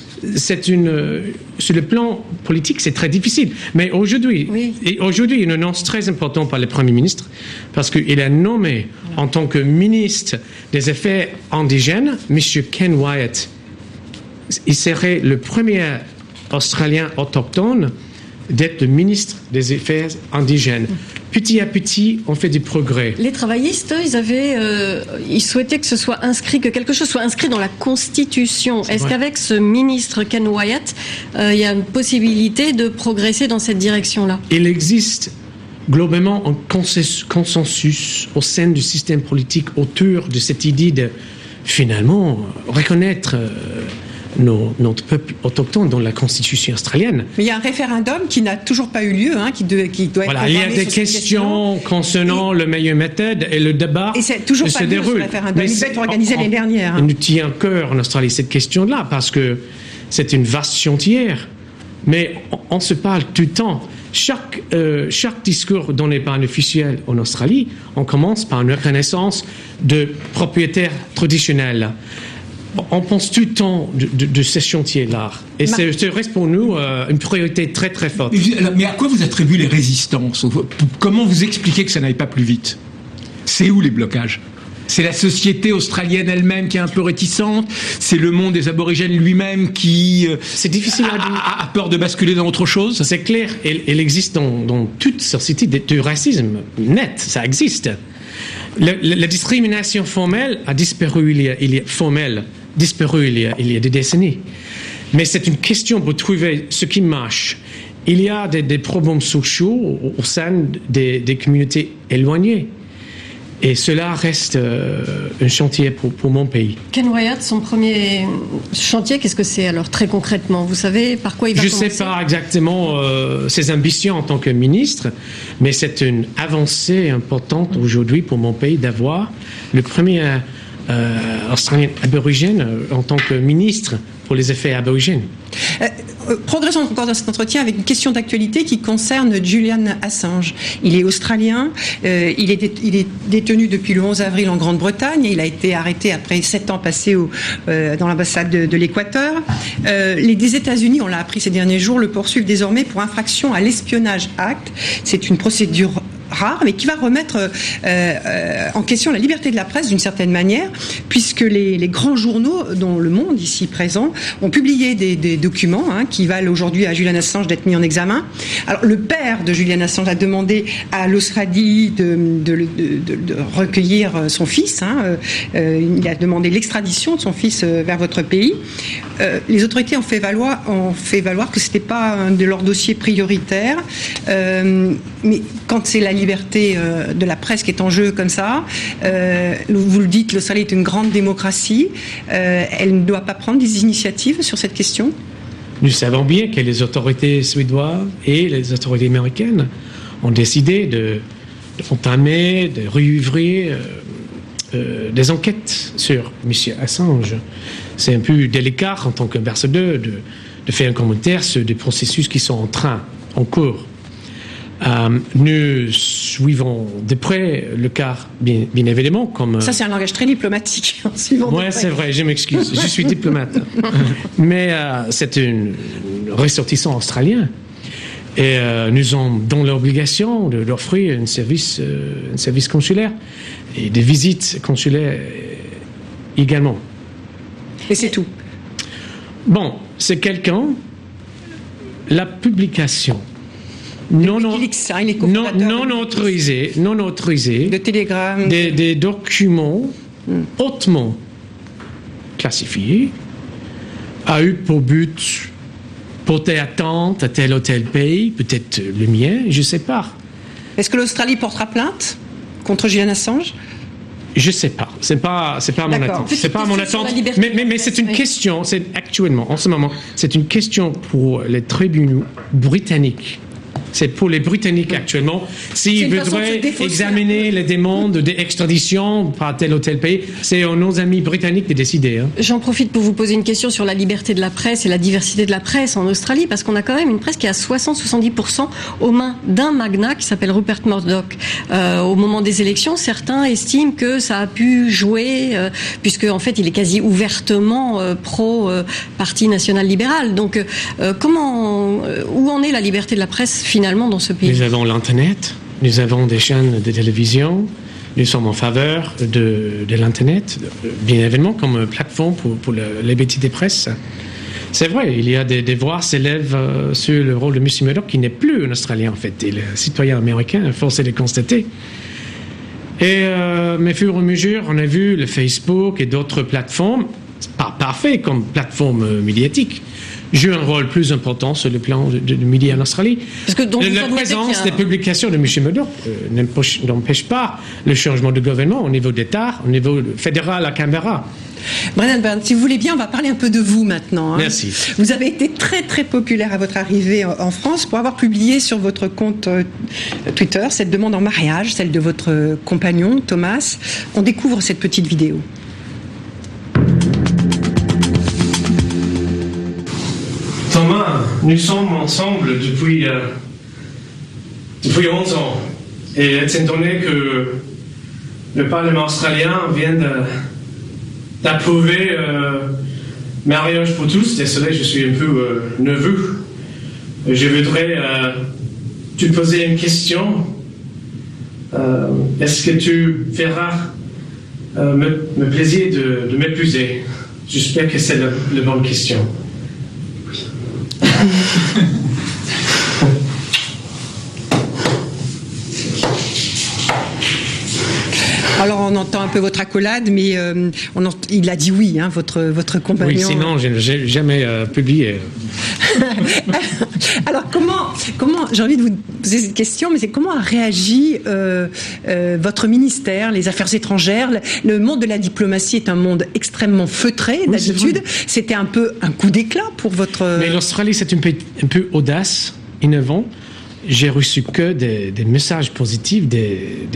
C: Sur le plan politique, c'est très difficile. Mais aujourd'hui, une annonce très importante par le Premier ministre, parce qu'il a nommé en tant que ministre des Affaires indigènes, M. Ken Wyatt. Il serait le premier Australien autochtone d'être le ministre des Affaires indigènes. Petit à petit, on fait des progrès.
G: Les travaillistes, ils souhaitaient que ce soit inscrit, que quelque chose soit inscrit dans la Constitution. Est-ce qu'avec ce ministre Ken Wyatt, il y a une possibilité de progresser dans cette direction-là?
C: Il existe globalement un consensus au sein du système politique autour de cette idée de, finalement, reconnaître notre peuple autochtone dans la Constitution australienne.
A: Mais il y a un référendum qui n'a toujours pas eu lieu, qui doit être
C: il y a des questions concernant la meilleure méthode et le débat
A: et c'est toujours pas lieu, ce référendum. Il va être organisé l'année dernière.
C: Il nous tient à cœur en Australie cette question-là parce que c'est une vaste chantière. Mais on se parle tout le temps. Chaque discours donné par un officiel en Australie, on commence par une reconnaissance de propriétaires traditionnels. On pense tout le temps de ces chantiers-là. Et ça reste pour nous une priorité très très forte.
F: Mais à quoi vous attribuez les résistances? Comment vous expliquez que ça n'aille pas plus vite? C'est où les blocages? C'est la société australienne elle-même qui est un peu réticente? C'est le monde des aborigènes lui-même qui
C: c'est difficile à dire.
F: A peur de basculer dans autre chose?
C: C'est clair. Il existe dans toute société du racisme net. Ça existe. La discrimination formelle a disparu il y a des décennies. Mais c'est une question pour trouver ce qui marche. Il y a des problèmes sociaux au sein des communautés éloignées. Et cela reste un chantier pour mon pays.
G: Ken Wyatt, son premier chantier, qu'est-ce que c'est alors très concrètement? Vous savez par quoi il va commencer?
C: Je ne sais pas exactement ses ambitions en tant que ministre, mais c'est une avancée importante aujourd'hui pour mon pays d'avoir le premier Australien aborigène en tant que ministre pour les effets aborigènes.
A: Progressons encore dans cet entretien avec une question d'actualité qui concerne Julian Assange. Il est australien, il est détenu depuis le 11 avril en Grande-Bretagne, il a été arrêté après 7 ans passés dans l'ambassade de l'Équateur. Les États-Unis, on l'a appris ces derniers jours, le poursuivent désormais pour infraction à l'Espionnage Act. C'est une procédure rare, mais qui va remettre en question la liberté de la presse d'une certaine manière, puisque les grands journaux, dont Le Monde ici présent, ont publié des documents qui valent aujourd'hui à Julian Assange d'être mis en examen. Alors le père de Julian Assange a demandé à l'Australie de recueillir son fils. Il a demandé l'extradition de son fils vers votre pays. Les autorités ont fait valoir que c'était pas un de leurs dossiers prioritaires, mais quand c'est la liberté de la presse qui est en jeu comme ça, vous le dites, l'Australie est une grande démocratie, elle ne doit pas prendre des initiatives sur cette question?
C: Nous savons bien que les autorités suédoises et les autorités américaines ont décidé d'entamer, de rouvrir des enquêtes sur M. Assange. C'est un peu délicat en tant qu'ambassadeur de faire un commentaire sur des processus qui sont en cours. Nous suivons de près le cas, bien évidemment, comme...
A: Ça, c'est un langage très diplomatique.
C: Oui, c'est vrai, je m'excuse. Je suis diplomate. Mais c'est un ressortissant australien. Et nous sommes dans l'obligation de leur offrir un service consulaire et des visites consulaires également.
A: Et c'est tout.
C: Bon, c'est quelqu'un... La publication... non autorisé
A: de télégrammes,
C: des documents hautement classifiés a eu pour but porter atteinte à tel ou tel pays, peut-être le mien, je ne sais pas.
A: Est-ce que l'Australie portera plainte contre Julian Assange?
C: Je ne sais pas. C'est pas mon attente. C'est pas mon attente. Mais c'est une question. C'est actuellement, en ce moment, c'est une question pour les tribunaux britanniques. C'est pour les Britanniques actuellement. S'ils voudraient examiner les demandes d'extradition par tel ou tel pays, c'est à nos amis britanniques de décider.
G: J'en profite pour vous poser une question sur la liberté de la presse et la diversité de la presse en Australie, parce qu'on a quand même une presse qui est à 60-70% aux mains d'un magnat qui s'appelle Rupert Murdoch. Au moment des élections, certains estiment que ça a pu jouer, puisque en fait il est quasi ouvertement pro-parti national libéral. Donc où en est la liberté de la presse finalement dans ce pays?
C: Nous avons l'Internet, nous avons des chaînes de télévision, nous sommes en faveur de l'Internet, bien évidemment comme plateforme pour la liberté des presses. C'est vrai, il y a des voix s'élèvent sur le rôle de M. Murdoch, qui n'est plus un Australien en fait, il est un citoyen américain, force est de le constater. Et mais au fur et à mesure, on a vu le Facebook et d'autres plateformes, pas parfait comme plateforme médiatique, joue un rôle plus important sur le plan de médias en Australie.
G: Parce que
C: la présence des publications de M. Murdoch n'empêche pas le changement de gouvernement au niveau d'État, au niveau fédéral à Canberra.
A: Brennan Byrne, si vous voulez bien, on va parler un peu de vous maintenant.
C: Merci.
A: Vous avez été très très populaire à votre arrivée en France pour avoir publié sur votre compte Twitter cette demande en mariage, celle de votre compagnon Thomas. On découvre cette petite vidéo.
C: Thomas, nous sommes ensemble depuis 11 ans. Et étant donné que le Parlement australien vient d'approuver mariage pour tous, désolé, je suis un peu nerveux. Je voudrais te poser une question. Est-ce que tu feras me plaisir de m'épouser? J'espère que c'est la bonne question.
A: Alors entend un peu votre accolade, mais il a dit oui, hein, votre compagnon.
C: Oui, sinon, je n'ai jamais publié.
A: Alors, comment j'ai envie de vous poser cette question, mais c'est comment a réagi votre ministère, les Affaires étrangères? Le monde de la diplomatie est un monde extrêmement feutré,
C: oui,
A: d'habitude. C'était un peu un coup d'éclat pour votre...
C: Mais l'Australie, c'est un peu audace, innovant. J'ai reçu que des messages positifs de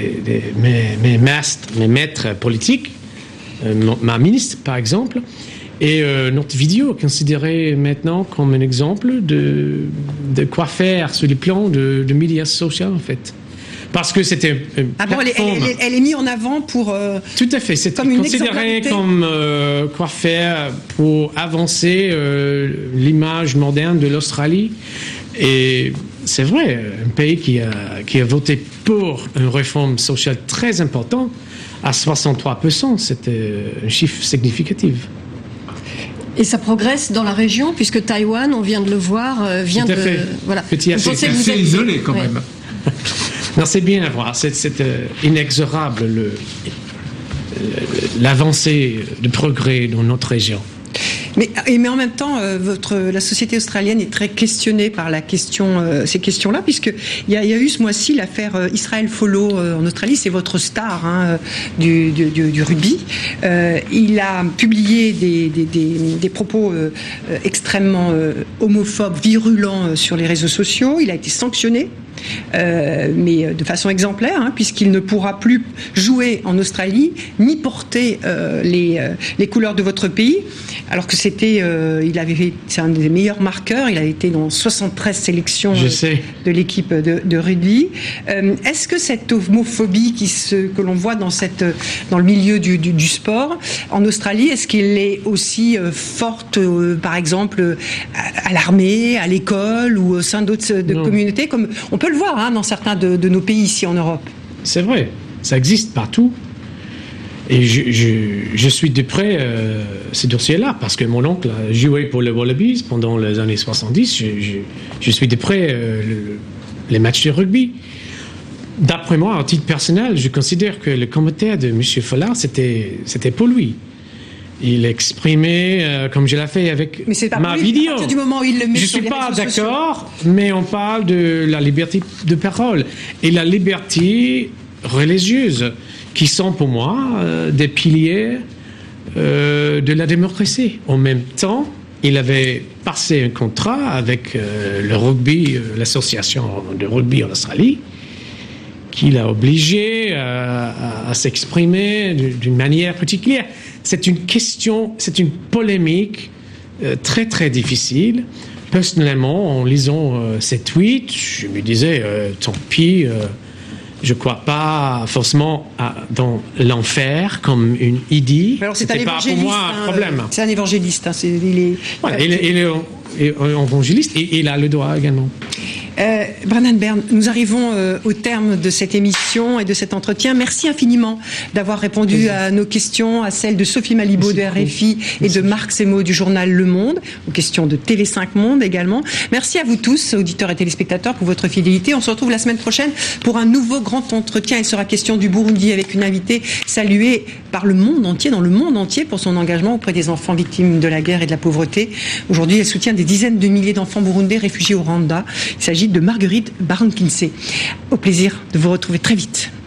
C: mes maîtres politiques, ma ministre, par exemple. Et notre vidéo est considérée maintenant comme un exemple de quoi faire sur le plan de médias sociaux, en fait. Parce que c'était
A: elle est mise en avant pour...
C: Tout à fait. C'était considéré comme quoi faire pour avancer l'image moderne de l'Australie. Et c'est vrai, un pays qui a voté pour une réforme sociale très importante, à 63%, c'était un chiffre significatif.
G: Et ça progresse dans la région, puisque Taïwan, on vient de le voir, vient de... Voilà.
C: C'est
F: assez isolé quand même.
C: Non, c'est bien à voir. C'est inexorable l'avancée de progrès dans notre région.
A: Mais en même temps, la société australienne est très questionnée par ces questions-là, puisqu'il y a eu ce mois-ci l'affaire Israel Folau en Australie. C'est votre star du rugby. Il a publié des propos extrêmement homophobes, virulents sur les réseaux sociaux. Il a été sanctionné. Mais de façon exemplaire, puisqu'il ne pourra plus jouer en Australie ni porter les couleurs de votre pays, alors que c'est un des meilleurs marqueurs. Il a été dans 73 sélections de l'équipe de rugby. Est-ce que cette homophobie que l'on voit dans le milieu du sport en Australie, est-ce qu'elle est aussi forte, par exemple, à l'armée, à l'école ou au sein d'autres communautés, comme on peut le voir dans certains de nos pays ici en Europe?
C: C'est vrai, ça existe partout. Et je suis de près ces dossiers-là, parce que mon oncle a joué pour les Wallabies pendant les années 70. Je suis de près les matchs de rugby. D'après moi, à titre personnel, je considère que le commentaire de M. Follard, c'était pour lui. Il exprimait, comme je l'ai fait avec ma vidéo.
A: À partir du moment où il le met
C: je ne suis pas d'accord, mais on parle de la liberté de parole et la liberté religieuse, qui sont pour moi des piliers de la démocratie. En même temps, il avait passé un contrat avec le rugby, l'association de rugby en Australie, qui l'a obligé à s'exprimer d'une manière particulière. C'est une question, c'est une polémique très très difficile. Personnellement, en lisant ces tweets, je me disais, tant pis, je ne crois pas forcément dans l'enfer comme une idée.
A: Alors c'est
C: pas pour moi un problème.
A: C'est un évangéliste. Il
C: est évangéliste et il a le droit également.
A: Brannan Byrne, nous arrivons au terme de cette émission et de cet entretien. Merci infiniment d'avoir répondu à nos questions, à celles de Sophie Malibaud de RFI et de Marc Semo du journal Le Monde, aux questions de TV5 Monde également. Merci à vous tous, auditeurs et téléspectateurs, pour votre fidélité. On se retrouve la semaine prochaine pour un nouveau grand entretien. Il sera question du Burundi avec une invitée saluée par le monde entier, dans le monde entier, pour son engagement auprès des enfants victimes de la guerre et de la pauvreté. Aujourd'hui, elle soutient des dizaines de milliers d'enfants burundais réfugiés au Rwanda. Il s'agit de Marguerite Barankinsé. Au plaisir de vous retrouver très vite.